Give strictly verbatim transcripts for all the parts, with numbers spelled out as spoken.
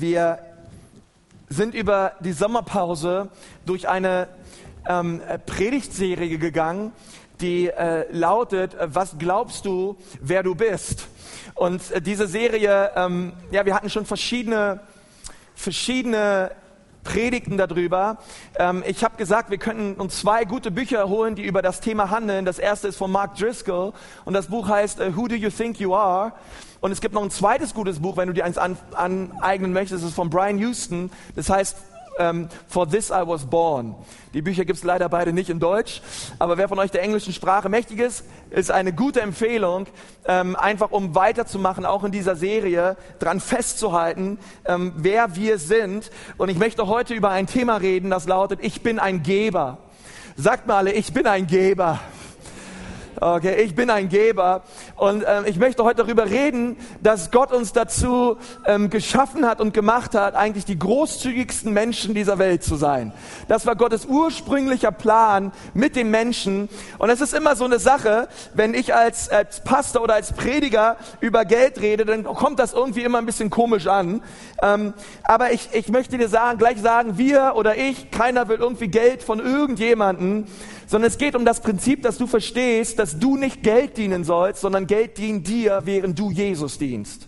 Wir sind über die Sommerpause durch eine ähm, Predigtserie gegangen, die äh, lautet, was glaubst du, wer du bist? Und äh, diese Serie, ähm, ja, wir hatten schon verschiedene, verschiedene Predigten darüber. Ähm, ich habe gesagt, wir könnten uns zwei gute Bücher holen, die über das Thema handeln. Das erste ist von Mark Driscoll und das Buch heißt uh, Who Do You Think You Are? Und es gibt noch ein zweites gutes Buch, wenn du dir eins an, aneignen möchtest, das ist von Brian Houston. Das heißt um, For This I Was Born. Die Bücher gibt es leider beide nicht in Deutsch, aber wer von euch der englischen Sprache mächtig ist, ist eine gute Empfehlung, ähm, einfach um weiterzumachen, auch in dieser Serie, dran festzuhalten, ähm, wer wir sind. Und ich möchte heute über ein Thema reden, das lautet, ich bin ein Geber. Sagt mal alle, ich bin ein Geber. Okay, ich bin ein Geber und ähm, ich möchte heute darüber reden, dass Gott uns dazu ähm, geschaffen hat und gemacht hat, eigentlich die großzügigsten Menschen dieser Welt zu sein. Das war Gottes ursprünglicher Plan mit dem Menschen und es ist immer so eine Sache, wenn ich als, als Pastor oder als Prediger über Geld rede, dann kommt das irgendwie immer ein bisschen komisch an. Ähm, aber ich, ich möchte dir sagen, gleich sagen, wir oder ich, keiner will irgendwie Geld von irgendjemandem, sondern es geht um das Prinzip, dass du verstehst, dass du nicht Geld dienen sollst, sondern Geld dient dir, während du Jesus dienst.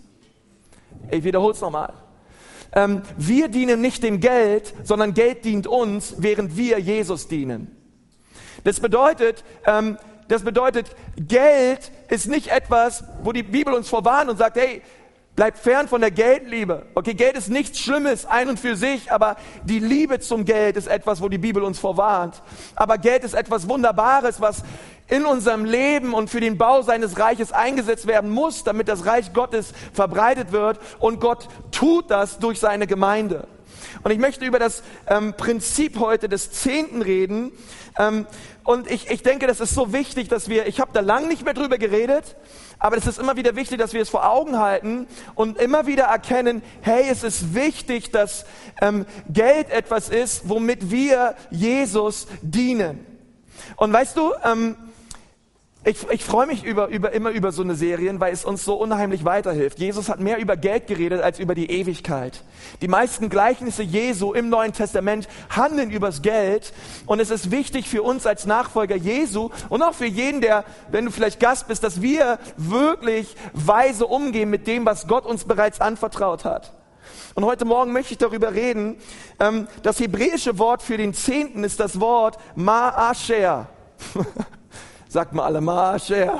Ich wiederhole es nochmal. Ähm, wir dienen nicht dem Geld, sondern Geld dient uns, während wir Jesus dienen. Das bedeutet, ähm, das bedeutet, Geld ist nicht etwas, wo die Bibel uns vorwarnt und sagt, hey, bleib fern von der Geldliebe. Okay, Geld ist nichts Schlimmes ein und für sich, aber die Liebe zum Geld ist etwas, wo die Bibel uns vorwarnt. Aber Geld ist etwas Wunderbares, was in unserem Leben und für den Bau seines Reiches eingesetzt werden muss, damit das Reich Gottes verbreitet wird. Und Gott tut das durch seine Gemeinde. Und ich möchte über das ähm, Prinzip heute des Zehnten reden. Ähm, und ich, ich denke, das ist so wichtig, dass wir, ich habe da lang nicht mehr drüber geredet, aber es ist immer wieder wichtig, dass wir es vor Augen halten und immer wieder erkennen, hey, es ist wichtig, dass ähm, Geld etwas ist, womit wir Jesus dienen. Und weißt du, ähm, Ich, ich freue mich über, über, immer über so eine Serien, weil es uns so unheimlich weiterhilft. Jesus hat mehr über Geld geredet als über die Ewigkeit. Die meisten Gleichnisse Jesu im Neuen Testament handeln übers Geld. Und es ist wichtig für uns als Nachfolger Jesu und auch für jeden, der, wenn du vielleicht Gast bist, dass wir wirklich weise umgehen mit dem, was Gott uns bereits anvertraut hat. Und heute Morgen möchte ich darüber reden, ähm, das hebräische Wort für den Zehnten ist das Wort Ma'asher. Sagt mal alle, Ma'asher.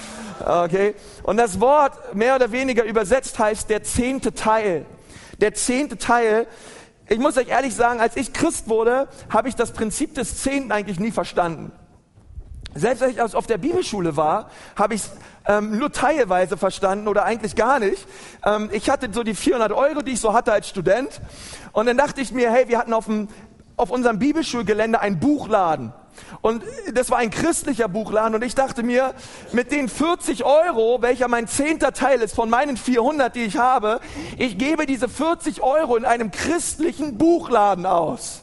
Okay. Und das Wort, mehr oder weniger übersetzt, heißt der zehnte Teil. Der zehnte Teil. Ich muss euch ehrlich sagen, als ich Christ wurde, habe ich das Prinzip des Zehnten eigentlich nie verstanden. Selbst als ich auf der Bibelschule war, habe ich es ähm, nur teilweise verstanden oder eigentlich gar nicht. Ähm, ich hatte so die vierhundert Euro, die ich so hatte als Student. Und dann dachte ich mir, hey, wir hatten auf, dem, auf unserem Bibelschulgelände einen Buchladen. Und das war ein christlicher Buchladen und ich dachte mir, mit den vierzig Euro, welcher mein zehnter Teil ist von meinen vierhundert, die ich habe, ich gebe diese vierzig Euro in einem christlichen Buchladen aus.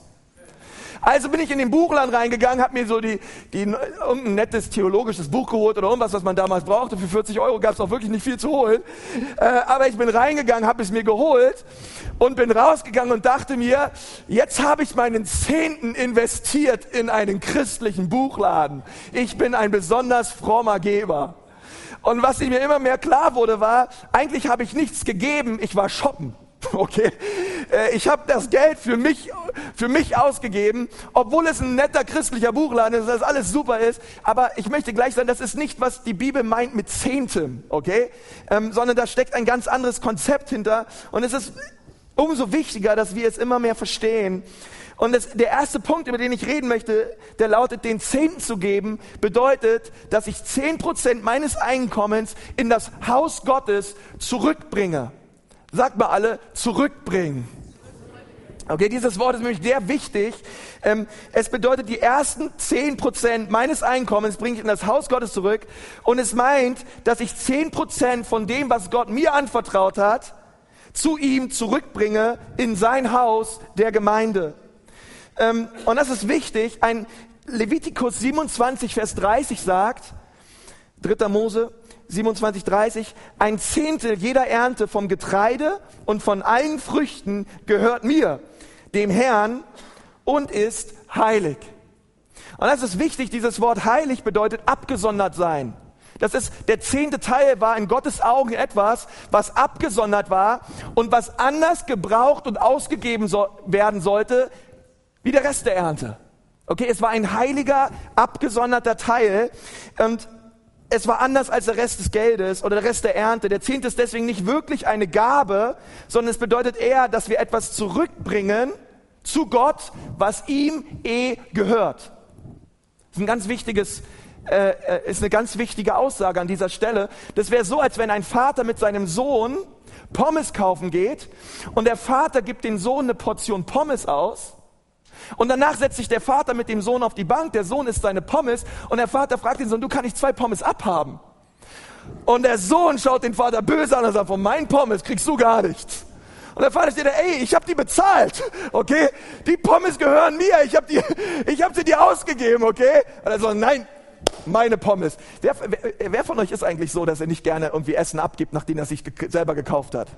Also bin ich in den Buchladen reingegangen, habe mir so die, die irgendein nettes theologisches Buch geholt oder irgendwas, was man damals brauchte. Für vierzig Euro gab es auch wirklich nicht viel zu holen. Äh, aber ich bin reingegangen, habe es mir geholt und bin rausgegangen und dachte mir, jetzt habe ich meinen Zehnten investiert in einen christlichen Buchladen. Ich bin ein besonders frommer Geber. Und was mir immer mehr klar wurde, war, eigentlich habe ich nichts gegeben, ich war shoppen. Okay, ich habe das Geld für mich, für mich ausgegeben, obwohl es ein netter christlicher Buchladen ist, dass alles super ist. Aber ich möchte gleich sagen, das ist nicht, was die Bibel meint mit Zehntem, okay, ähm, sondern da steckt ein ganz anderes Konzept hinter. Und es ist umso wichtiger, dass wir es immer mehr verstehen. Und das, der erste Punkt, über den ich reden möchte, der lautet, den Zehnten zu geben, bedeutet, dass ich zehn Prozent meines Einkommens in das Haus Gottes zurückbringe. Sagt mal alle, zurückbringen. Okay, dieses Wort ist nämlich sehr wichtig. Ähm, es bedeutet, die ersten zehn Prozent meines Einkommens bringe ich in das Haus Gottes zurück. Und es meint, dass ich zehn Prozent von dem, was Gott mir anvertraut hat, zu ihm zurückbringe in sein Haus der Gemeinde. Ähm, und das ist wichtig. Ein Levitikus siebenundzwanzig, Vers dreißig sagt, dritter Mose siebenundzwanzig, dreißig, ein Zehntel jeder Ernte vom Getreide und von allen Früchten gehört mir, dem Herrn, und ist heilig. Und das ist wichtig, dieses Wort heilig bedeutet abgesondert sein. Das ist, der zehnte Teil war in Gottes Augen etwas, was abgesondert war und was anders gebraucht und ausgegeben so, werden sollte, wie der Rest der Ernte. Okay, es war ein heiliger, abgesonderter Teil und es war anders als der Rest des Geldes oder der Rest der Ernte. Der Zehnte ist deswegen nicht wirklich eine Gabe, sondern es bedeutet eher, dass wir etwas zurückbringen zu Gott, was ihm eh gehört. Das ist ein ganz wichtiges Äh, ist eine ganz wichtige Aussage an dieser Stelle. Das wäre so, als wenn ein Vater mit seinem Sohn Pommes kaufen geht und der Vater gibt dem Sohn eine Portion Pommes aus und danach setzt sich der Vater mit dem Sohn auf die Bank, der Sohn isst seine Pommes und der Vater fragt den Sohn, du, kann ich zwei Pommes abhaben? Und der Sohn schaut den Vater böse an und sagt, von meinen Pommes kriegst du gar nichts. Und der Vater steht da, ey, ich habe die bezahlt, okay? Die Pommes gehören mir, ich habe die, ich habe sie dir ausgegeben, okay? Und er sagt, nein, meine Pommes. Wer, wer, wer von euch ist eigentlich so, dass er nicht gerne irgendwie Essen abgibt, nachdem er sich ge- selber gekauft hat?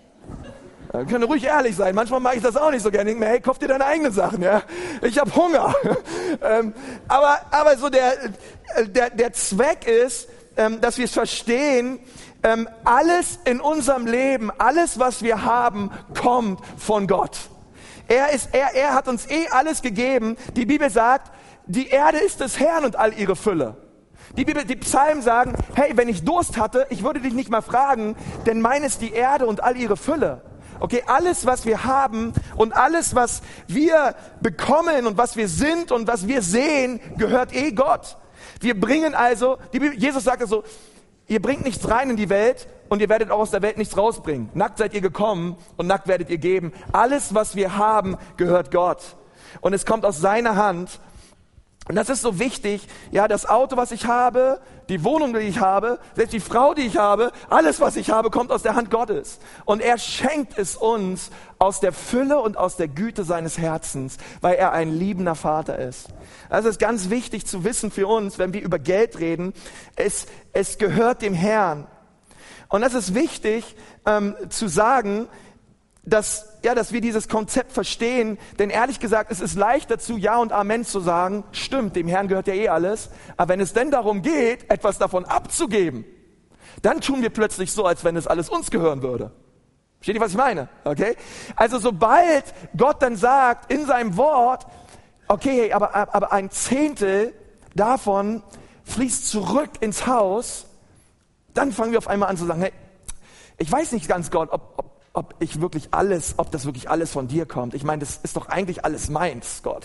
Wir können ruhig ehrlich sein. Manchmal mag ich das auch nicht so gerne. Ich denke mir, hey, kauf dir deine eigenen Sachen, ja? Ich habe Hunger. ähm, aber, aber so der, der, der Zweck ist, ähm, dass wir es verstehen, ähm, alles in unserem Leben, alles, was wir haben, kommt von Gott. Er ist, er, er hat uns eh alles gegeben. Die Bibel sagt, die Erde ist des Herrn und all ihre Fülle. Die Bibel, die Psalmen sagen, hey, wenn ich Durst hatte, ich würde dich nicht mal fragen, denn mein ist die Erde und all ihre Fülle. Okay, alles, was wir haben und alles, was wir bekommen und was wir sind und was wir sehen, gehört eh Gott. Wir bringen also, die Bibel, Jesus sagte so, ihr bringt nichts rein in die Welt und ihr werdet auch aus der Welt nichts rausbringen. Nackt seid ihr gekommen und nackt werdet ihr geben. Alles, was wir haben, gehört Gott. Und es kommt aus seiner Hand. Und das ist so wichtig, ja, das Auto, was ich habe, die Wohnung, die ich habe, selbst die Frau, die ich habe, alles, was ich habe, kommt aus der Hand Gottes. Und er schenkt es uns aus der Fülle und aus der Güte seines Herzens, weil er ein liebender Vater ist. Das ist ganz wichtig zu wissen für uns, wenn wir über Geld reden. Es, es gehört dem Herrn. Und das ist wichtig ähm, zu sagen, dass, ja, dass wir dieses Konzept verstehen, denn ehrlich gesagt, es ist leicht dazu, Ja und Amen zu sagen, stimmt, dem Herrn gehört ja eh alles, aber wenn es denn darum geht, etwas davon abzugeben, dann tun wir plötzlich so, als wenn es alles uns gehören würde. Versteht ihr, was ich meine? Okay? Also sobald Gott dann sagt, in seinem Wort, okay, aber, aber ein Zehntel davon fließt zurück ins Haus, dann fangen wir auf einmal an zu sagen, hey, ich weiß nicht ganz, Gott, ob, ob ob ich wirklich alles, ob das wirklich alles von dir kommt. Ich meine, das ist doch eigentlich alles meins, Gott.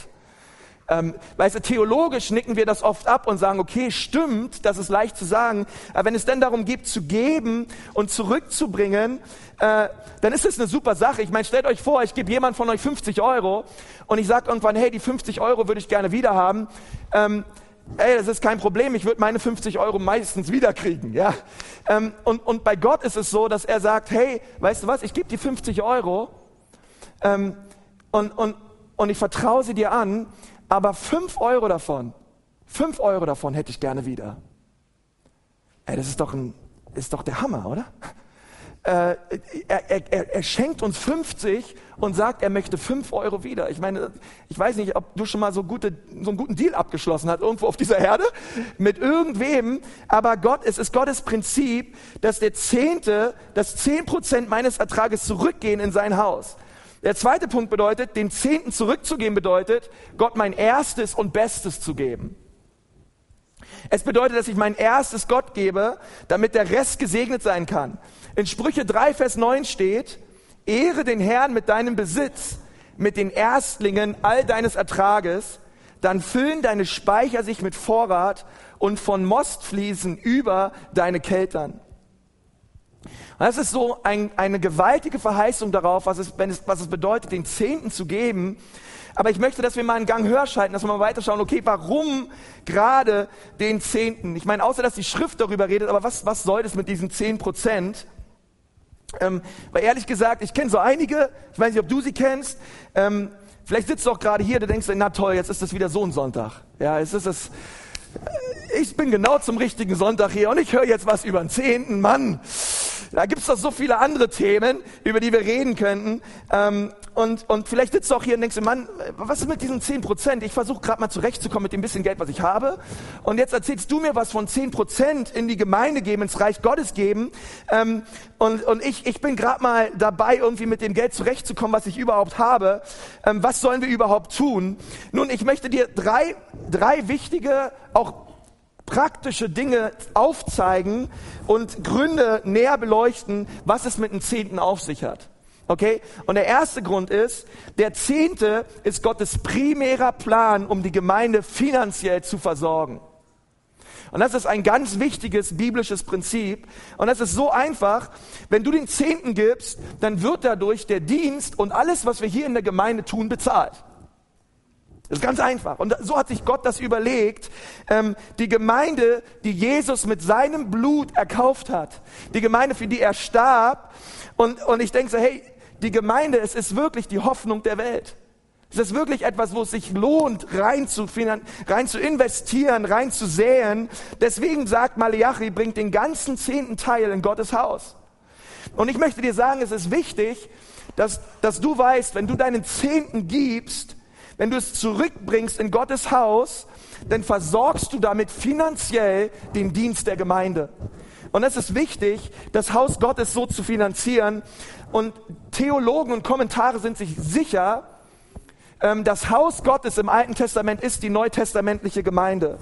Ähm, weißt du, theologisch nicken wir das oft ab und sagen, okay, stimmt, das ist leicht zu sagen, aber wenn es denn darum geht, zu geben und zurückzubringen, äh, dann ist das eine super Sache. Ich meine, stellt euch vor, ich gebe jemand von euch fünfzig Euro und ich sage irgendwann, hey, die fünfzig Euro würde ich gerne wieder haben. Ähm, Ey, das ist kein Problem, ich würde meine fünfzig Euro meistens wiederkriegen, ja. Ähm, und, und bei Gott ist es so, dass er sagt, hey, weißt du was, ich gebe dir fünfzig Euro ähm, und, und, und ich vertraue sie dir an, aber fünf Euro davon, fünf Euro davon hätte ich gerne wieder. Ey, das ist doch, ein, ist doch der Hammer, oder? Äh, er, er, er schenkt uns fünfzig und sagt, er möchte fünf Euro wieder. Ich meine, ich weiß nicht, ob du schon mal so, gute, so einen guten Deal abgeschlossen hast, irgendwo auf dieser Erde, mit irgendwem, aber Gott, es ist Gottes Prinzip, dass der Zehnte, dass zehn Prozent meines Ertrages zurückgehen in sein Haus. Der zweite Punkt bedeutet, den Zehnten zurückzugeben bedeutet, Gott mein Erstes und Bestes zu geben. Es bedeutet, dass ich mein Erstes Gott gebe, damit der Rest gesegnet sein kann. In Sprüche drei, Vers neun steht, ehre den Herrn mit deinem Besitz, mit den Erstlingen all deines Ertrages, dann füllen deine Speicher sich mit Vorrat und von Most fließen über deine Keltern. Das ist so ein, eine gewaltige Verheißung darauf, was es, wenn es, was es bedeutet, den Zehnten zu geben. Aber ich möchte, dass wir mal einen Gang höher schalten, dass wir mal weiterschauen, okay, warum gerade den Zehnten? Ich meine, außer dass die Schrift darüber redet, aber was, was soll das mit diesen zehn Prozent? Ähm, weil ehrlich gesagt, ich kenne so einige, ich weiß nicht, ob du sie kennst, ähm, vielleicht sitzt du auch gerade hier, du denkst, na toll, jetzt ist das wieder so ein Sonntag. Ja, jetzt ist es, Ich bin genau zum richtigen Sonntag hier und ich höre jetzt was über den Zehnten. Mann, da gibt's doch so viele andere Themen, über die wir reden könnten. Ähm, und, und vielleicht sitzt du auch hier und denkst, Mann, was ist mit diesen zehn Prozent? Ich versuche gerade mal zurechtzukommen mit dem bisschen Geld, was ich habe. Und jetzt erzählst du mir was von zehn Prozent in die Gemeinde geben, ins Reich Gottes geben. Ähm, und und ich, ich bin gerade mal dabei, irgendwie mit dem Geld zurechtzukommen, was ich überhaupt habe. Ähm, was sollen wir überhaupt tun? Nun, ich möchte dir drei, drei wichtige, auch praktische Dinge aufzeigen und Gründe näher beleuchten, was es mit dem Zehnten auf sich hat. Okay? Und der erste Grund ist, der Zehnte ist Gottes primärer Plan, um die Gemeinde finanziell zu versorgen. Und das ist ein ganz wichtiges biblisches Prinzip. Und das ist so einfach, wenn du den Zehnten gibst, dann wird dadurch der Dienst und alles, was wir hier in der Gemeinde tun, bezahlt. Das ist ganz einfach. Und so hat sich Gott das überlegt. Ähm, die Gemeinde, die Jesus mit seinem Blut erkauft hat, die Gemeinde, für die er starb. Und, und ich denke so, hey, die Gemeinde, es ist wirklich die Hoffnung der Welt. Es ist wirklich etwas, wo es sich lohnt, rein zu, rein zu investieren, rein zu säen. Deswegen sagt Maleachi, bringt den ganzen zehnten Teil in Gottes Haus. Und ich möchte dir sagen, es ist wichtig, dass, dass du weißt, wenn du deinen Zehnten gibst, wenn du es zurückbringst in Gottes Haus, dann versorgst du damit finanziell den Dienst der Gemeinde. Und es ist wichtig, das Haus Gottes so zu finanzieren. Und Theologen und Kommentare sind sich sicher, das Haus Gottes im Alten Testament ist die neutestamentliche Gemeinde.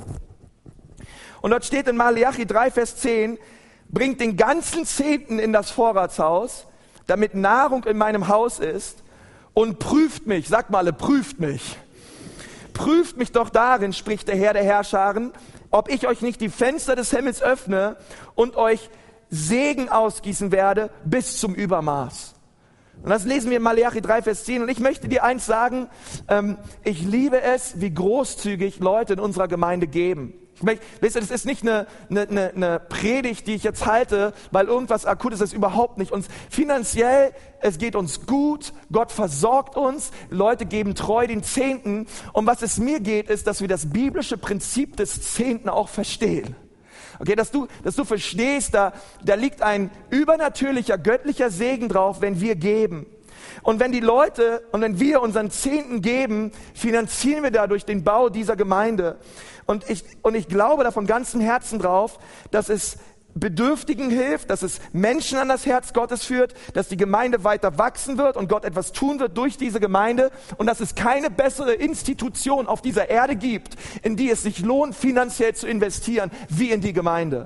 Und dort steht in Maleachi drei, Vers zehn, bringt den ganzen Zehnten in das Vorratshaus, damit Nahrung in meinem Haus ist, und prüft mich, sag mal alle, prüft mich. Prüft mich doch darin, spricht der Herr der Herrscharen, ob ich euch nicht die Fenster des Himmels öffne und euch Segen ausgießen werde bis zum Übermaß. Und das lesen wir in Maleachi drei, Vers zehn. Und ich möchte dir eins sagen, ähm, ich liebe es, wie großzügig Leute in unserer Gemeinde geben. Ich möchte, wisst ihr, das ist nicht eine, eine, eine Predigt, die ich jetzt halte, weil irgendwas akut ist, das ist überhaupt nicht. Uns finanziell, es geht uns gut, Gott versorgt uns, Leute geben treu den Zehnten. Und was es mir geht, ist, dass wir das biblische Prinzip des Zehnten auch verstehen. Okay, dass du, dass du verstehst, da, da liegt ein übernatürlicher, göttlicher Segen drauf, wenn wir geben. Und wenn die Leute und wenn wir unseren Zehnten geben, finanzieren wir dadurch den Bau dieser Gemeinde. Und ich, und ich glaube da von ganzem Herzen drauf, dass es Bedürftigen hilft, dass es Menschen an das Herz Gottes führt, dass die Gemeinde weiter wachsen wird und Gott etwas tun wird durch diese Gemeinde und dass es keine bessere Institution auf dieser Erde gibt, in die es sich lohnt, finanziell zu investieren, wie in die Gemeinde.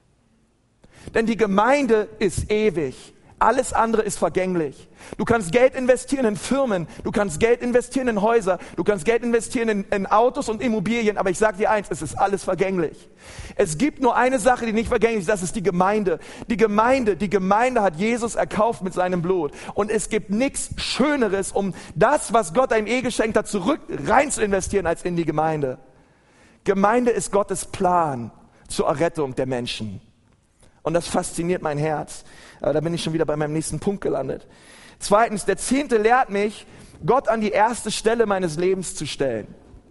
Denn die Gemeinde ist ewig. Alles andere ist vergänglich. Du kannst Geld investieren in Firmen, du kannst Geld investieren in Häuser, du kannst Geld investieren in, in Autos und Immobilien, aber ich sage dir eins, es ist alles vergänglich. Es gibt nur eine Sache, die nicht vergänglich ist, das ist die Gemeinde. Die Gemeinde, die Gemeinde hat Jesus erkauft mit seinem Blut. Und es gibt nichts Schöneres, um das, was Gott einem eh geschenkt hat, zurück rein zu investieren, als in die Gemeinde. Gemeinde ist Gottes Plan zur Errettung der Menschen. Und das fasziniert mein Herz. Aber da bin ich schon wieder bei meinem nächsten Punkt gelandet. Zweitens, der Zehnte lehrt mich, Gott an die erste Stelle meines Lebens zu stellen.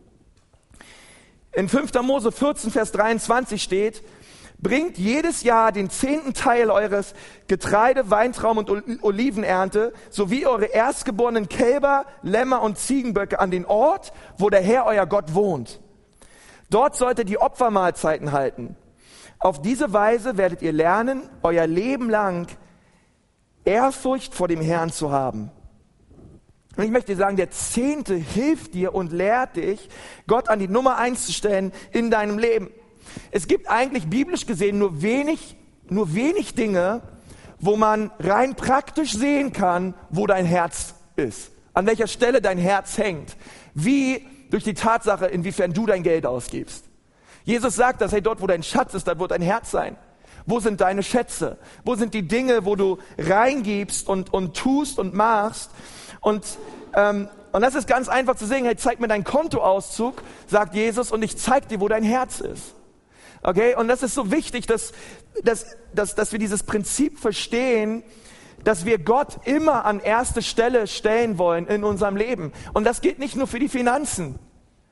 In fünfter Mose vierzehn, Vers dreiundzwanzig steht, bringt jedes Jahr den zehnten Teil eures Getreide, Weintraum und Olivenernte sowie eure erstgeborenen Kälber, Lämmer und Ziegenböcke an den Ort, wo der Herr euer Gott wohnt. Dort sollt ihr die Opfermahlzeiten halten. Auf diese Weise werdet ihr lernen, euer Leben lang Ehrfurcht vor dem Herrn zu haben. Und ich möchte dir sagen, der Zehnte hilft dir und lehrt dich, Gott an die Nummer eins zu stellen in deinem Leben. Es gibt eigentlich biblisch gesehen nur wenig, nur wenig Dinge, wo man rein praktisch sehen kann, wo dein Herz ist. An welcher Stelle dein Herz hängt. Wie durch die Tatsache, inwiefern du dein Geld ausgibst. Jesus sagt das, hey, dort wo dein Schatz ist, da wird dein Herz sein. Wo sind deine Schätze? Wo sind die Dinge, wo du reingibst und, und tust und machst? Und, ähm, und das ist ganz einfach zu sehen, hey, zeig mir deinen Kontoauszug, sagt Jesus, und ich zeig dir, wo dein Herz ist. Okay? Und das ist so wichtig, dass, dass, dass, dass wir dieses Prinzip verstehen, dass wir Gott immer an erste Stelle stellen wollen in unserem Leben. Und das gilt nicht nur für die Finanzen.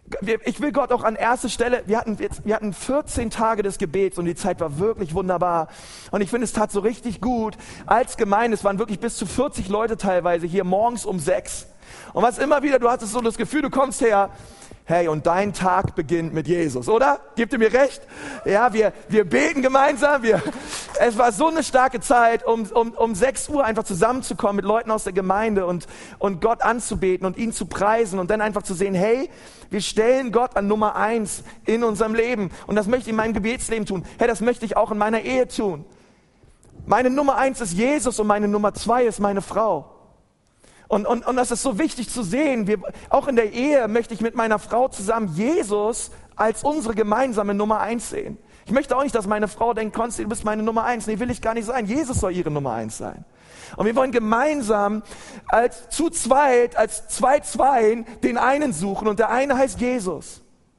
Ich will Gott auch an erste Stelle, wir hatten, jetzt, wir hatten vierzehn Tage des Gebets und die Zeit war wirklich wunderbar. Und ich finde, es tat so richtig gut. Als Gemeinde, es waren wirklich bis zu vierzig Leute teilweise hier morgens um sechs. Und was immer wieder, du hattest so das Gefühl, du kommst her, hey, und dein Tag beginnt mit Jesus, oder? Gebt ihr mir recht? Ja, wir, wir beten gemeinsam. Wir, es war so eine starke Zeit, um, um, um sechs Uhr einfach zusammenzukommen mit Leuten aus der Gemeinde und, und Gott anzubeten und ihn zu preisen und dann einfach zu sehen, hey, wir stellen Gott an Nummer eins in unserem Leben. Und das möchte ich in meinem Gebetsleben tun. Hey, das möchte ich auch in meiner Ehe tun. Meine Nummer eins ist Jesus und meine Nummer zwei ist meine Frau. Und, und, und das ist so wichtig zu sehen. Wir, auch in der Ehe möchte ich mit meiner Frau zusammen Jesus als unsere gemeinsame Nummer eins sehen. Ich möchte auch nicht, dass meine Frau denkt, Konsti, du bist meine Nummer eins. Nee, will ich gar nicht sein. Jesus soll ihre Nummer eins sein. Und wir wollen gemeinsam als zu zweit, als zwei Zweien den einen suchen und der eine heißt Jesus.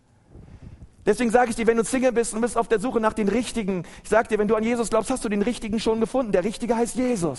Deswegen sage ich dir, wenn du Single bist und bist auf der Suche nach den Richtigen, ich sage dir, wenn du an Jesus glaubst, hast du den Richtigen schon gefunden. Der Richtige heißt Jesus.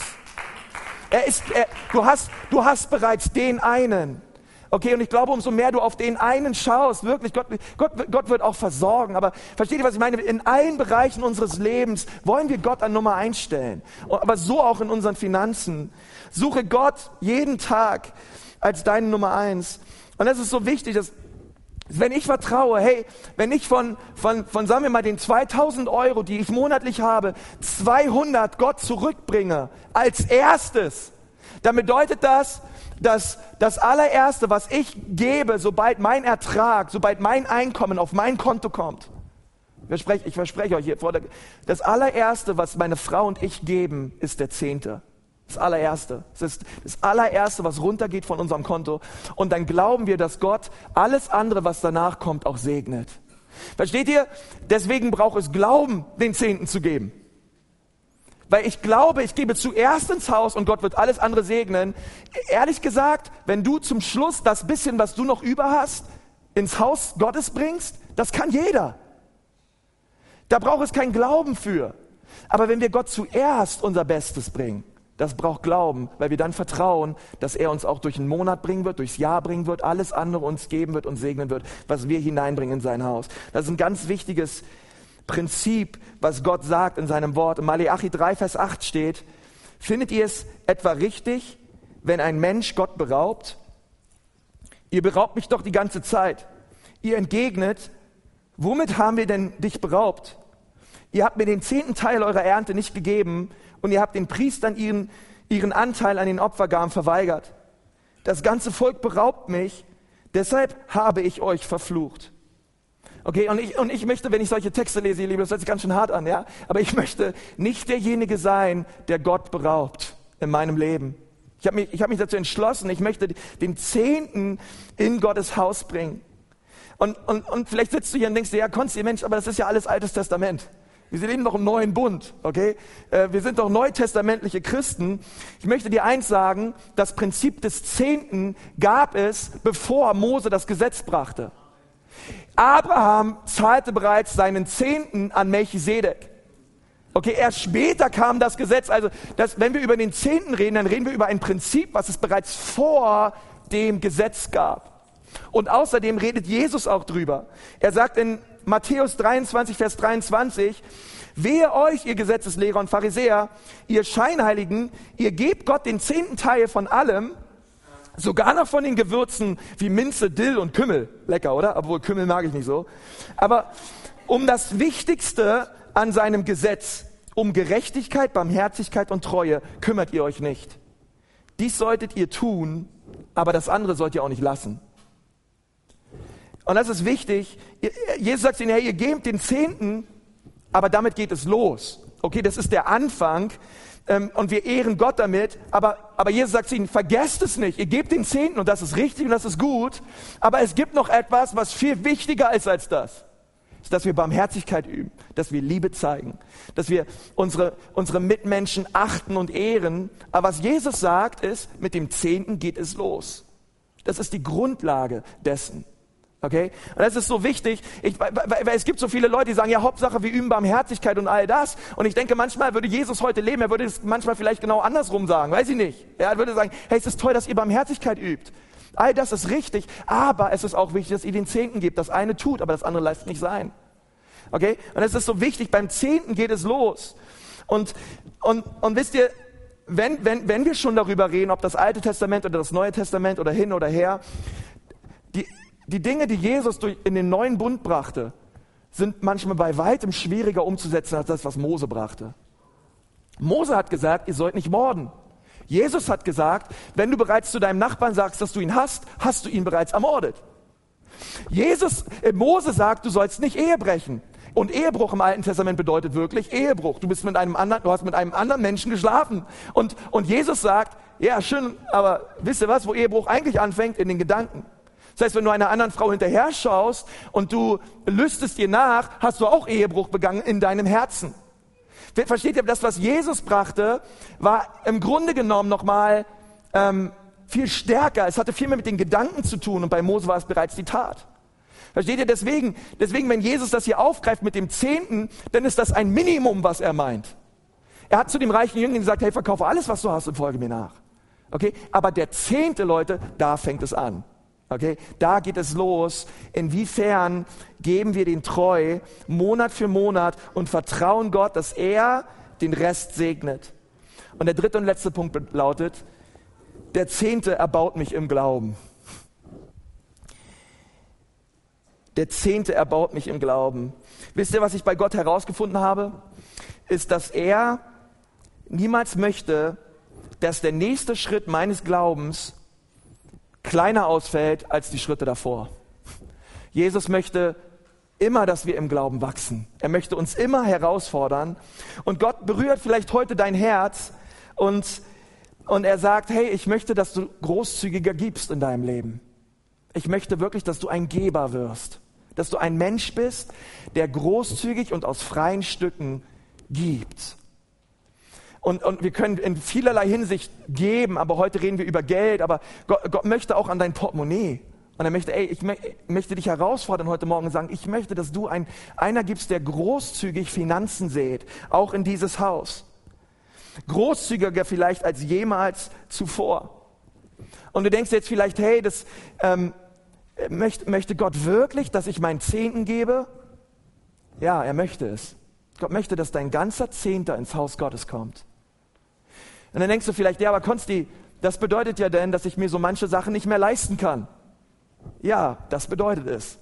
Er ist, er, du hast, du hast bereits den einen. Okay, und ich glaube, umso mehr du auf den einen schaust, wirklich, Gott, Gott, Gott wird auch versorgen. Aber versteht ihr, was ich meine? In allen Bereichen unseres Lebens wollen wir Gott an Nummer eins stellen. Aber so auch in unseren Finanzen. Suche Gott jeden Tag als deine Nummer eins. Und das ist so wichtig, dass wenn ich vertraue, hey, wenn ich von, von, von, sagen wir mal, den zweitausend Euro, die ich monatlich habe, zweihundert Gott zurückbringe, als erstes, dann bedeutet das, dass das allererste, was ich gebe, sobald mein Ertrag, sobald mein Einkommen auf mein Konto kommt, ich verspreche, ich verspreche euch hier, das allererste, was meine Frau und ich geben, ist der Zehnte. Das allererste. Das ist das allererste, was runtergeht von unserem Konto. Und dann glauben wir, dass Gott alles andere, was danach kommt, auch segnet. Versteht ihr? Deswegen braucht es Glauben, den Zehnten zu geben. Weil ich glaube, ich gebe zuerst ins Haus und Gott wird alles andere segnen. Ehrlich gesagt, wenn du zum Schluss das bisschen, was du noch über hast, ins Haus Gottes bringst, das kann jeder. Da braucht es keinen Glauben für. Aber wenn wir Gott zuerst unser Bestes bringen, das braucht Glauben, weil wir dann vertrauen, dass er uns auch durch einen Monat bringen wird, durchs Jahr bringen wird, alles andere uns geben wird und segnen wird, was wir hineinbringen in sein Haus. Das ist ein ganz wichtiges Prinzip, was Gott sagt in seinem Wort. In Maleachi drei, Vers acht steht, findet ihr es etwa richtig, wenn ein Mensch Gott beraubt? Ihr beraubt mich doch die ganze Zeit. Ihr entgegnet, womit haben wir denn dich beraubt? Ihr habt mir den zehnten Teil eurer Ernte nicht gegeben und ihr habt den Priestern ihren, ihren Anteil an den Opfergaben verweigert. Das ganze Volk beraubt mich, deshalb habe ich euch verflucht. Okay, und ich, und ich möchte, wenn ich solche Texte lese, ihr Lieben, das hört sich ganz schön hart an, ja, aber ich möchte nicht derjenige sein, der Gott beraubt in meinem Leben. Ich habe mich, ich habe mich dazu entschlossen, ich möchte den Zehnten in Gottes Haus bringen. Und, und, und vielleicht sitzt du hier und denkst dir, ja, Konsti, Mensch, aber das ist ja alles Altes Testament. Wir leben doch im neuen Bund, okay? Wir sind doch neutestamentliche Christen. Ich möchte dir eins sagen, das Prinzip des Zehnten gab es, bevor Mose das Gesetz brachte. Abraham zahlte bereits seinen Zehnten an Melchisedek. Okay, erst später kam das Gesetz. Also, das, wenn wir über den Zehnten reden, dann reden wir über ein Prinzip, was es bereits vor dem Gesetz gab. Und außerdem redet Jesus auch drüber. Er sagt in Matthäus dreiundzwanzig, Vers dreiundzwanzig, wehe euch, ihr Gesetzeslehrer und Pharisäer, ihr Scheinheiligen, ihr gebt Gott den zehnten Teil von allem, sogar noch von den Gewürzen wie Minze, Dill und Kümmel. Lecker, oder? Obwohl Kümmel mag ich nicht so. Aber um das Wichtigste an seinem Gesetz, um Gerechtigkeit, Barmherzigkeit und Treue, kümmert ihr euch nicht. Dies solltet ihr tun, aber das andere sollt ihr auch nicht lassen. Und das ist wichtig. Jesus sagt ihnen, hey, ihr gebt den Zehnten, aber damit geht es los. Okay, das ist der Anfang ähm, und wir ehren Gott damit. Aber, aber Jesus sagt ihnen, vergesst es nicht. Ihr gebt den Zehnten und das ist richtig und das ist gut. Aber es gibt noch etwas, was viel wichtiger ist als das. Ist, dass wir Barmherzigkeit üben, dass wir Liebe zeigen, dass wir unsere, unsere Mitmenschen achten und ehren. Aber was Jesus sagt ist, mit dem Zehnten geht es los. Das ist die Grundlage dessen. Okay? Und das ist so wichtig, ich, weil, weil es gibt so viele Leute, die sagen, ja, Hauptsache, wir üben Barmherzigkeit und all das. Und ich denke, manchmal würde Jesus heute leben, er würde es manchmal vielleicht genau andersrum sagen, weiß ich nicht. Er würde sagen, hey, es ist toll, dass ihr Barmherzigkeit übt. All das ist richtig, aber es ist auch wichtig, dass ihr den Zehnten gebt. Das eine tut, aber das andere lässt nicht sein. Okay? Und es ist so wichtig, beim Zehnten geht es los. Und, und, und wisst ihr, wenn, wenn, wenn wir schon darüber reden, ob das Alte Testament oder das Neue Testament oder hin oder her, die, die Dinge, die Jesus durch, in den neuen Bund brachte, sind manchmal bei weitem schwieriger umzusetzen als das, was Mose brachte. Mose hat gesagt, ihr sollt nicht morden. Jesus hat gesagt, wenn du bereits zu deinem Nachbarn sagst, dass du ihn hast, hast du ihn bereits ermordet. Jesus, äh, Mose sagt, du sollst nicht Ehe brechen. Und Ehebruch im Alten Testament bedeutet wirklich Ehebruch. Du bist mit einem anderen, du hast mit einem anderen Menschen geschlafen. Und, und Jesus sagt, ja schön, aber wisst ihr was, wo Ehebruch eigentlich anfängt? In den Gedanken. Das heißt, wenn du einer anderen Frau hinterher schaust und du lüstest ihr nach, hast du auch Ehebruch begangen in deinem Herzen. Versteht ihr, das, was Jesus brachte, war im Grunde genommen nochmal ähm, viel stärker. Es hatte viel mehr mit den Gedanken zu tun und bei Mose war es bereits die Tat. Versteht ihr, deswegen, deswegen, wenn Jesus das hier aufgreift mit dem Zehnten, dann ist das ein Minimum, was er meint. Er hat zu dem reichen Jüngling gesagt, hey, verkaufe alles, was du hast und folge mir nach. Okay? Aber der Zehnte, Leute, da fängt es an. Okay? Da geht es los. Inwiefern geben wir den treu, Monat für Monat und vertrauen Gott, dass er den Rest segnet. Und der dritte und letzte Punkt lautet, der Zehnte erbaut mich im Glauben. Der Zehnte erbaut mich im Glauben. Wisst ihr, was ich bei Gott herausgefunden habe? Ist, dass er niemals möchte, dass der nächste Schritt meines Glaubens kleiner ausfällt als die Schritte davor. Jesus möchte immer, dass wir im Glauben wachsen. Er möchte uns immer herausfordern. Und Gott berührt vielleicht heute dein Herz und, und er sagt, hey, ich möchte, dass du großzügiger gibst in deinem Leben. Ich möchte wirklich, dass du ein Geber wirst. Dass du ein Mensch bist, der großzügig und aus freien Stücken gibt. Und, und wir können in vielerlei Hinsicht geben, aber heute reden wir über Geld, aber Gott, Gott möchte auch an dein Portemonnaie. Und er möchte, ey, ich mö- möchte dich herausfordern heute Morgen und sagen, ich möchte, dass du ein, einer gibst, der großzügig Finanzen sät, auch in dieses Haus. Großzügiger vielleicht als jemals zuvor. Und du denkst jetzt vielleicht, hey, das ähm, möchte, möchte Gott wirklich, dass ich meinen Zehnten gebe? Ja, er möchte es. Gott möchte, dass dein ganzer Zehnter ins Haus Gottes kommt. Und dann denkst du vielleicht, ja, aber Konsti, das bedeutet ja denn, dass ich mir so manche Sachen nicht mehr leisten kann. Ja, das bedeutet es.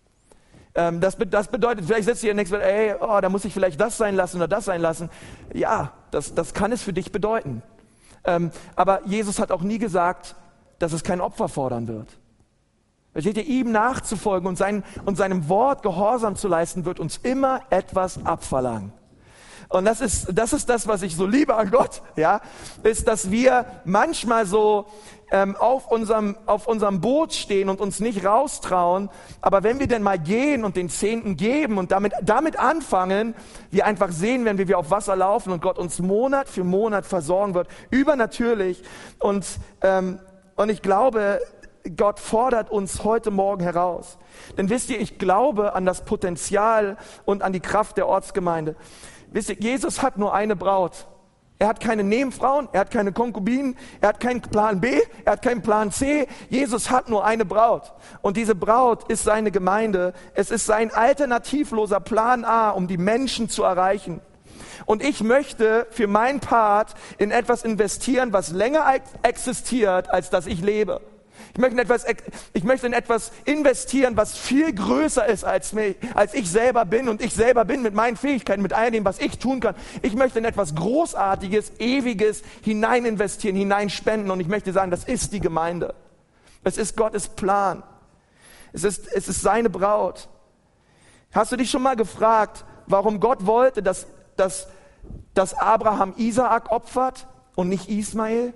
Ähm, das, be- das bedeutet, vielleicht sitzt du hier und denkst, ey, oh, da muss ich vielleicht das sein lassen oder das sein lassen. Ja, das, das kann es für dich bedeuten. Ähm, aber Jesus hat auch nie gesagt, dass es kein Opfer fordern wird. Versteht ihr, ihm nachzufolgen und, sein, und seinem Wort Gehorsam zu leisten, wird uns immer etwas abverlangen. Und das ist, das ist das, was ich so liebe an Gott, ja, ist, dass wir manchmal so ähm, auf unserem, auf unserem Boot stehen und uns nicht raustrauen, aber wenn wir denn mal gehen und den Zehnten geben und damit, damit anfangen, wir einfach sehen, wenn wir auf Wasser laufen und Gott uns Monat für Monat versorgen wird, übernatürlich. Und, ähm, und ich glaube, Gott fordert uns heute Morgen heraus. Denn wisst ihr, ich glaube an das Potenzial und an die Kraft der Ortsgemeinde. Wisst ihr, Jesus hat nur eine Braut. Er hat keine Nebenfrauen, er hat keine Konkubinen, er hat keinen Plan B, er hat keinen Plan C. Jesus hat nur eine Braut. Und diese Braut ist seine Gemeinde. Es ist sein alternativloser Plan A, um die Menschen zu erreichen. Und ich möchte für meinen Part in etwas investieren, was länger existiert, als dass ich lebe. Ich möchte, in etwas, ich möchte in etwas investieren, was viel größer ist als, mich, als ich selber bin und ich selber bin mit meinen Fähigkeiten, mit all dem, was ich tun kann. Ich möchte in etwas Großartiges, Ewiges hinein investieren, hineinspenden und ich möchte sagen, das ist die Gemeinde. Es ist Gottes Plan. Es ist, es ist seine Braut. Hast du dich schon mal gefragt, warum Gott wollte, dass, dass, dass Abraham Isaak opfert und nicht Ismael?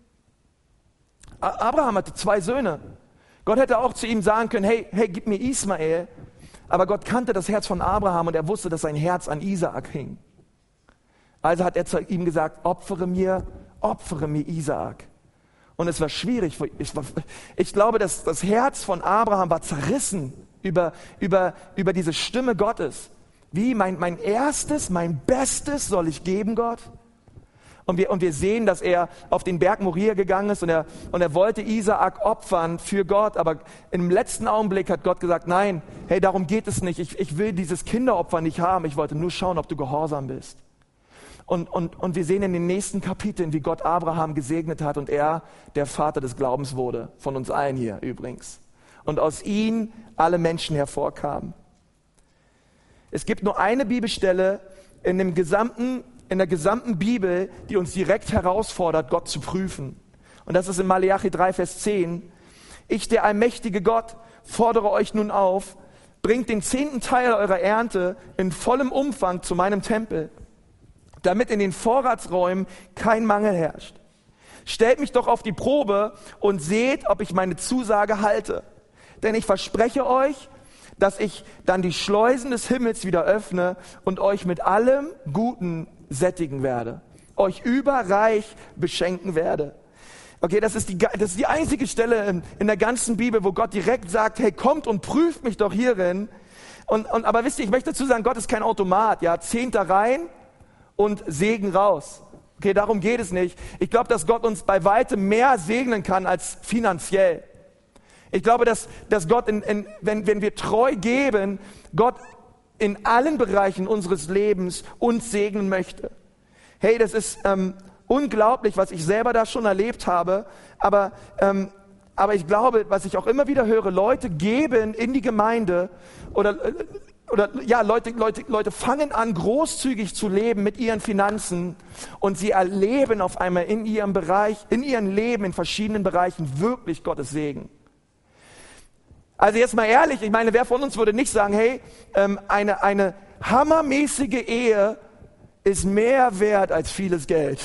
Abraham hatte zwei Söhne. Gott hätte auch zu ihm sagen können, hey, hey, gib mir Ismael. Aber Gott kannte das Herz von Abraham und er wusste, dass sein Herz an Isaak hing. Also hat er zu ihm gesagt, opfere mir, opfere mir Isaak. Und es war schwierig. Ich, war, ich glaube, dass das Herz von Abraham war zerrissen über, über, über diese Stimme Gottes. Wie, mein, mein erstes, mein Bestes soll ich geben, Gott? Und wir, und wir sehen, dass er auf den Berg Moria gegangen ist und er, und er wollte Isaak opfern für Gott. Aber im letzten Augenblick hat Gott gesagt, nein, hey, darum geht es nicht. Ich, ich will dieses Kinderopfer nicht haben. Ich wollte nur schauen, ob du gehorsam bist. Und, und, und wir sehen in den nächsten Kapiteln, wie Gott Abraham gesegnet hat und er der Vater des Glaubens wurde. Von uns allen hier übrigens. Und aus ihm alle Menschen hervorkamen. Es gibt nur eine Bibelstelle in dem gesamten in der gesamten Bibel, die uns direkt herausfordert, Gott zu prüfen. Und das ist in Maleachi drei, Vers zehn. Ich, der allmächtige Gott, fordere euch nun auf, bringt den zehnten Teil eurer Ernte in vollem Umfang zu meinem Tempel, damit in den Vorratsräumen kein Mangel herrscht. Stellt mich doch auf die Probe und seht, ob ich meine Zusage halte. Denn ich verspreche euch, dass ich dann die Schleusen des Himmels wieder öffne und euch mit allem Guten sättigen werde, euch überreich beschenken werde. Okay, das ist die, das ist die einzige Stelle in, in der ganzen Bibel, wo Gott direkt sagt, hey, kommt und prüft mich doch hierin. Und, und, aber wisst ihr, ich möchte dazu sagen, Gott ist kein Automat, ja, Zehnter rein und Segen raus. Okay, darum geht es nicht. Ich glaube, dass Gott uns bei weitem mehr segnen kann als finanziell. Ich glaube, dass, dass Gott, in, in, wenn, wenn wir treu geben, Gott in allen Bereichen unseres Lebens uns segnen möchte. Hey, das ist ähm, unglaublich, was ich selber da schon erlebt habe, aber, ähm, aber ich glaube, was ich auch immer wieder höre, Leute geben in die Gemeinde oder, oder ja, Leute, Leute, Leute fangen an, großzügig zu leben mit ihren Finanzen und sie erleben auf einmal in ihrem Bereich, in ihrem Leben, in verschiedenen Bereichen wirklich Gottes Segen. Also jetzt mal ehrlich, ich meine, wer von uns würde nicht sagen, hey, ähm, eine, eine hammermäßige Ehe ist mehr wert als vieles Geld.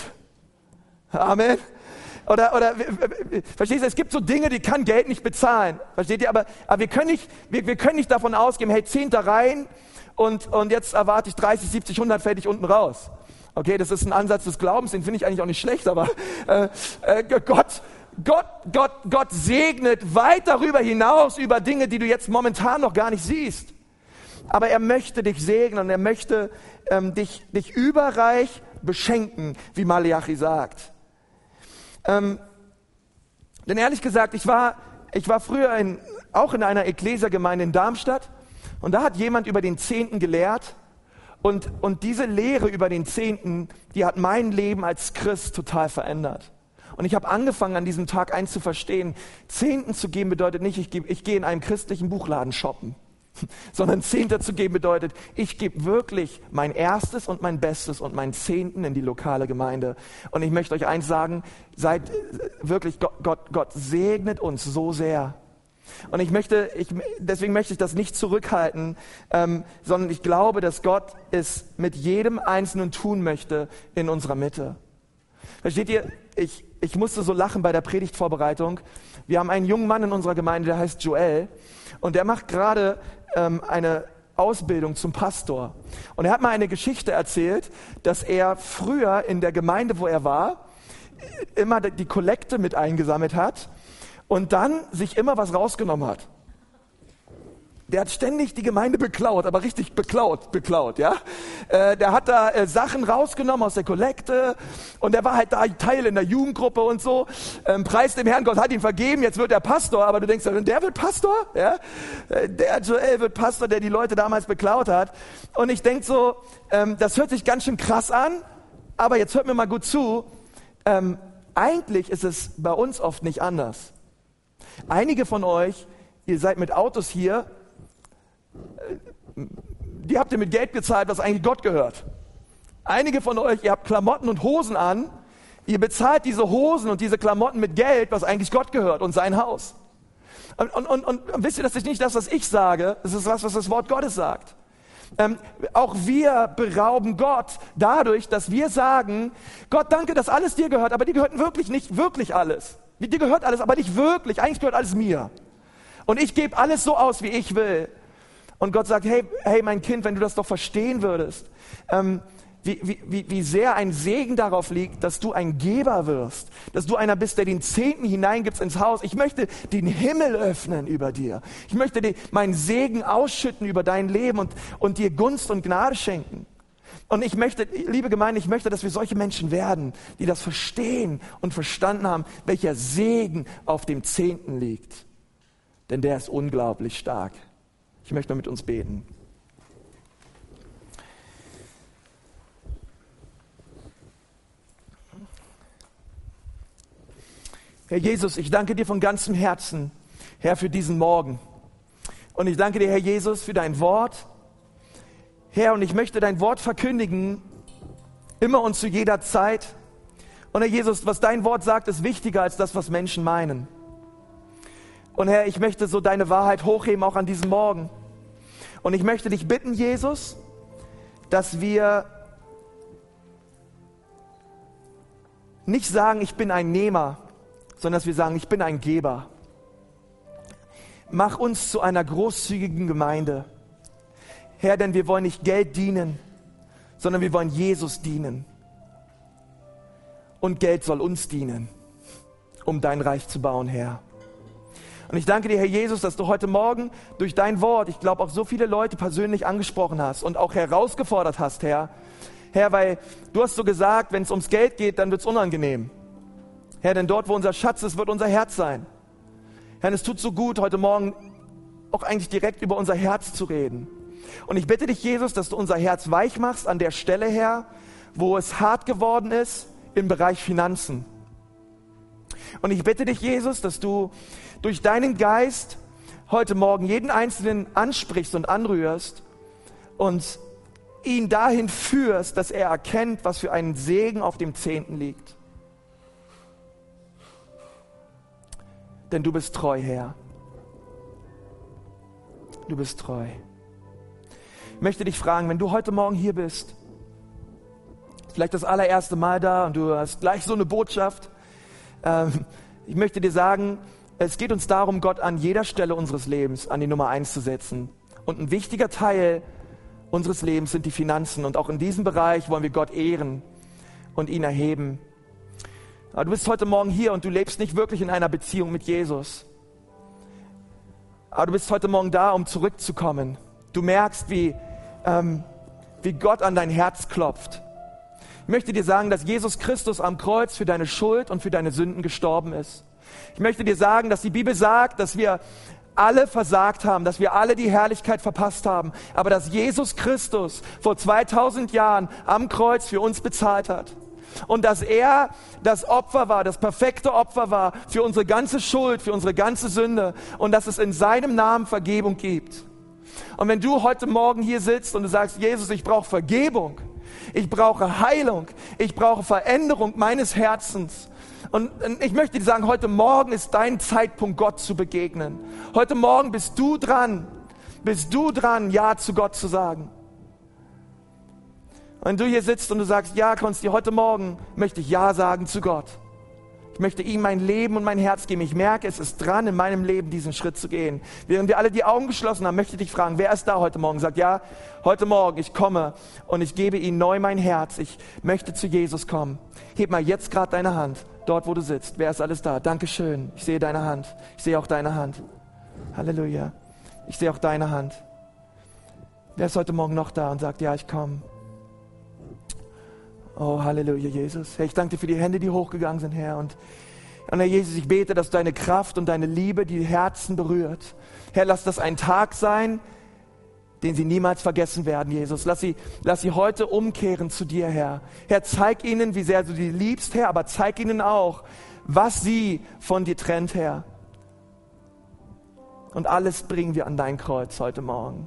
Amen. Oder, oder, verstehst du, es gibt so Dinge, die kann Geld nicht bezahlen. Versteht ihr? Aber, aber wir können nicht, wir, wir können nicht davon ausgehen, hey, Zehnter rein und, und jetzt erwarte ich dreißig, siebzig, hundert fertig unten raus. Okay, das ist ein Ansatz des Glaubens, den finde ich eigentlich auch nicht schlecht, aber äh, äh, Gott, Gott, Gott, Gott segnet weit darüber hinaus über Dinge, die du jetzt momentan noch gar nicht siehst. Aber er möchte dich segnen und er möchte ähm, dich, dich überreich beschenken, wie Maleachi sagt. Ähm, denn ehrlich gesagt, ich war, ich war früher in, auch in einer Ekklesia-Gemeinde in Darmstadt und da hat jemand über den Zehnten gelehrt und, und diese Lehre über den Zehnten, die hat mein Leben als Christ total verändert. Und ich habe angefangen, an diesem Tag eins zu verstehen. Zehnten zu geben bedeutet nicht, ich, gebe, ich gehe in einem christlichen Buchladen shoppen. Sondern Zehnter zu geben bedeutet, ich gebe wirklich mein Erstes und mein Bestes und meinen Zehnten in die lokale Gemeinde. Und ich möchte euch eins sagen, seid wirklich, Gott, Gott, Gott segnet uns so sehr. Und ich möchte, ich, deswegen möchte ich das nicht zurückhalten, ähm, sondern ich glaube, dass Gott es mit jedem Einzelnen tun möchte in unserer Mitte. Versteht ihr? Ich, ich musste so lachen bei der Predigtvorbereitung. Wir haben einen jungen Mann in unserer Gemeinde, der heißt Joel. Und der macht gerade ähm, eine Ausbildung zum Pastor. Und er hat mal eine Geschichte erzählt, dass er früher in der Gemeinde, wo er war, immer die Kollekte mit eingesammelt hat und dann sich immer was rausgenommen hat. Der hat ständig die Gemeinde beklaut, aber richtig beklaut, beklaut, ja. Äh, der hat da äh, Sachen rausgenommen aus der Kollekte und der war halt da Teil in der Jugendgruppe und so. Ähm, Preis dem Herrn, Gott hat ihn vergeben, jetzt wird er Pastor, aber du denkst, der wird Pastor? Ja? Äh, der Joel wird Pastor, der die Leute damals beklaut hat. Und ich denk so, ähm, das hört sich ganz schön krass an, aber jetzt hört mir mal gut zu. Ähm, eigentlich ist es bei uns oft nicht anders. Einige von euch, ihr seid mit Autos hier, die habt ihr mit Geld gezahlt, was eigentlich Gott gehört. Einige von euch, ihr habt Klamotten und Hosen an, ihr bezahlt diese Hosen und diese Klamotten mit Geld, was eigentlich Gott gehört und sein Haus. Und, und, und, und wisst ihr, das ist nicht das, was ich sage, das ist was, was das Wort Gottes sagt. Ähm, auch wir berauben Gott dadurch, dass wir sagen, Gott, danke, dass alles dir gehört, aber dir gehört wirklich nicht wirklich alles. Dir gehört alles, aber nicht wirklich, eigentlich gehört alles mir. Und ich gebe alles so aus, wie ich will. Und Gott sagt, hey, hey, mein Kind, wenn du das doch verstehen würdest, ähm, wie, wie, wie sehr ein Segen darauf liegt, dass du ein Geber wirst, dass du einer bist, der den Zehnten hineingibst ins Haus. Ich möchte den Himmel öffnen über dir. Ich möchte dir meinen Segen ausschütten über dein Leben und, und dir Gunst und Gnade schenken. Und ich möchte, liebe Gemeinde, ich möchte, dass wir solche Menschen werden, die das verstehen und verstanden haben, welcher Segen auf dem Zehnten liegt. Denn der ist unglaublich stark. Ich möchte mal mit uns beten. Herr Jesus, ich danke dir von ganzem Herzen, Herr, für diesen Morgen. Und ich danke dir, Herr Jesus, für dein Wort. Herr, und ich möchte dein Wort verkündigen, immer und zu jeder Zeit. Und Herr Jesus, was dein Wort sagt, ist wichtiger als das, was Menschen meinen. Und Herr, ich möchte so deine Wahrheit hochheben, auch an diesem Morgen. Und ich möchte dich bitten, Jesus, dass wir nicht sagen, ich bin ein Nehmer, sondern dass wir sagen, ich bin ein Geber. Mach uns zu einer großzügigen Gemeinde. Herr, denn wir wollen nicht Geld dienen, sondern wir wollen Jesus dienen. Und Geld soll uns dienen, um dein Reich zu bauen, Herr. Und ich danke dir, Herr Jesus, dass du heute Morgen durch dein Wort, ich glaube, auch so viele Leute persönlich angesprochen hast und auch herausgefordert hast, Herr. Herr, weil du hast so gesagt, wenn es ums Geld geht, dann wird es unangenehm. Herr, denn dort, wo unser Schatz ist, wird unser Herz sein. Herr, es tut so gut, heute Morgen auch eigentlich direkt über unser Herz zu reden. Und ich bitte dich, Jesus, dass du unser Herz weich machst an der Stelle, Herr, wo es hart geworden ist im Bereich Finanzen. Und ich bitte dich, Jesus, dass du durch deinen Geist heute Morgen jeden Einzelnen ansprichst und anrührst und ihn dahin führst, dass er erkennt, was für einen Segen auf dem Zehnten liegt. Denn du bist treu, Herr. Du bist treu. Ich möchte dich fragen, wenn du heute Morgen hier bist, vielleicht das allererste Mal da und du hast gleich so eine Botschaft, ähm, ich möchte dir sagen, es geht uns darum, Gott an jeder Stelle unseres Lebens an die Nummer eins zu setzen. Und ein wichtiger Teil unseres Lebens sind die Finanzen. Und auch in diesem Bereich wollen wir Gott ehren und ihn erheben. Aber du bist heute Morgen hier und du lebst nicht wirklich in einer Beziehung mit Jesus. Aber du bist heute Morgen da, um zurückzukommen. Du merkst, wie, ähm, wie Gott an dein Herz klopft. Ich möchte dir sagen, dass Jesus Christus am Kreuz für deine Schuld und für deine Sünden gestorben ist. Ich möchte dir sagen, dass die Bibel sagt, dass wir alle versagt haben, dass wir alle die Herrlichkeit verpasst haben, aber dass Jesus Christus vor zweitausend Jahren am Kreuz für uns bezahlt hat. Und dass er das Opfer war, das perfekte Opfer war für unsere ganze Schuld, für unsere ganze Sünde und dass es in seinem Namen Vergebung gibt. Und wenn du heute Morgen hier sitzt und du sagst, Jesus, ich brauche Vergebung, ich brauche Heilung, ich brauche Veränderung meines Herzens. Und ich möchte dir sagen, heute Morgen ist dein Zeitpunkt, Gott zu begegnen. Heute Morgen bist du dran, bist du dran, Ja zu Gott zu sagen. Wenn du hier sitzt und du sagst, ja, Konsti, heute Morgen möchte ich Ja sagen zu Gott. Ich möchte ihm mein Leben und mein Herz geben. Ich merke, es ist dran, in meinem Leben diesen Schritt zu gehen. Während wir alle die Augen geschlossen haben, möchte ich dich fragen, wer ist da heute Morgen? Sagt, ja, heute Morgen, ich komme und ich gebe ihm neu mein Herz. Ich möchte zu Jesus kommen. Heb mal jetzt gerade deine Hand, dort wo du sitzt. Wer ist alles da? Dankeschön. Ich sehe deine Hand. Ich sehe auch deine Hand. Halleluja. Ich sehe auch deine Hand. Wer ist heute Morgen noch da und sagt, ja, ich komme? Oh, Halleluja, Jesus. Herr, ich danke dir für die Hände, die hochgegangen sind, Herr. Und, und Herr Jesus, ich bete, dass deine Kraft und deine Liebe die Herzen berührt. Herr, lass das ein Tag sein, den sie niemals vergessen werden, Jesus. Lass sie, lass sie heute umkehren zu dir, Herr. Herr, zeig ihnen, wie sehr du sie liebst, Herr, aber zeig ihnen auch, was sie von dir trennt, Herr. Und alles bringen wir an dein Kreuz heute Morgen.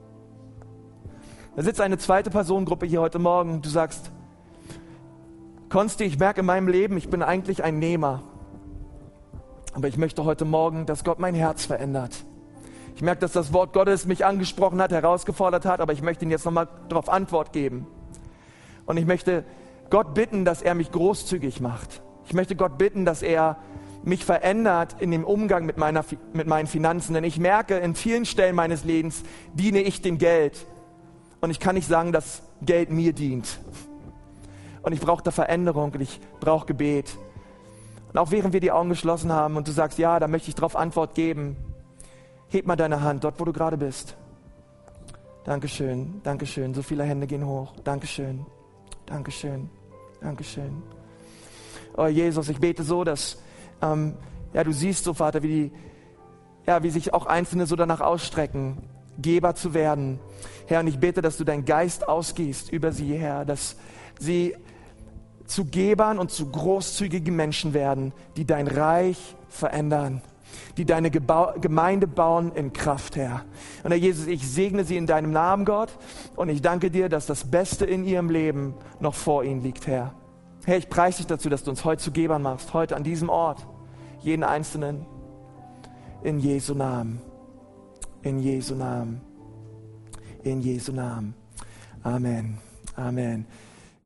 Da sitzt eine zweite Personengruppe hier heute Morgen. Du sagst, Konsti, ich merke in meinem Leben, ich bin eigentlich ein Nehmer. Aber ich möchte heute Morgen, dass Gott mein Herz verändert. Ich merke, dass das Wort Gottes mich angesprochen hat, herausgefordert hat, aber ich möchte Ihnen jetzt nochmal darauf Antwort geben. Und ich möchte Gott bitten, dass er mich großzügig macht. Ich möchte Gott bitten, dass er mich verändert in dem Umgang mit, meiner, mit meinen Finanzen. Denn ich merke, in vielen Stellen meines Lebens diene ich dem Geld. Und ich kann nicht sagen, dass Geld mir dient. Und ich brauche da Veränderung und ich brauche Gebet. Und auch während wir die Augen geschlossen haben und du sagst, ja, da möchte ich darauf Antwort geben, heb mal deine Hand, dort wo du gerade bist. Dankeschön, Dankeschön. So viele Hände gehen hoch. Dankeschön, Dankeschön, Dankeschön. Oh Jesus, ich bete so, dass ähm, ja, du siehst so, Vater, wie, die, ja, wie sich auch Einzelne so danach ausstrecken, Geber zu werden. Herr, und ich bete, dass du deinen Geist ausgießt über sie, Herr, dass sie zu Gebern und zu großzügigen Menschen werden, die dein Reich verändern, die deine Gebau- Gemeinde bauen in Kraft, Herr. Und Herr Jesus, ich segne sie in deinem Namen, Gott, und ich danke dir, dass das Beste in ihrem Leben noch vor ihnen liegt, Herr. Herr, ich preise dich dazu, dass du uns heute zu Gebern machst, heute an diesem Ort, jeden Einzelnen, in Jesu Namen, in Jesu Namen, in Jesu Namen. Amen, Amen.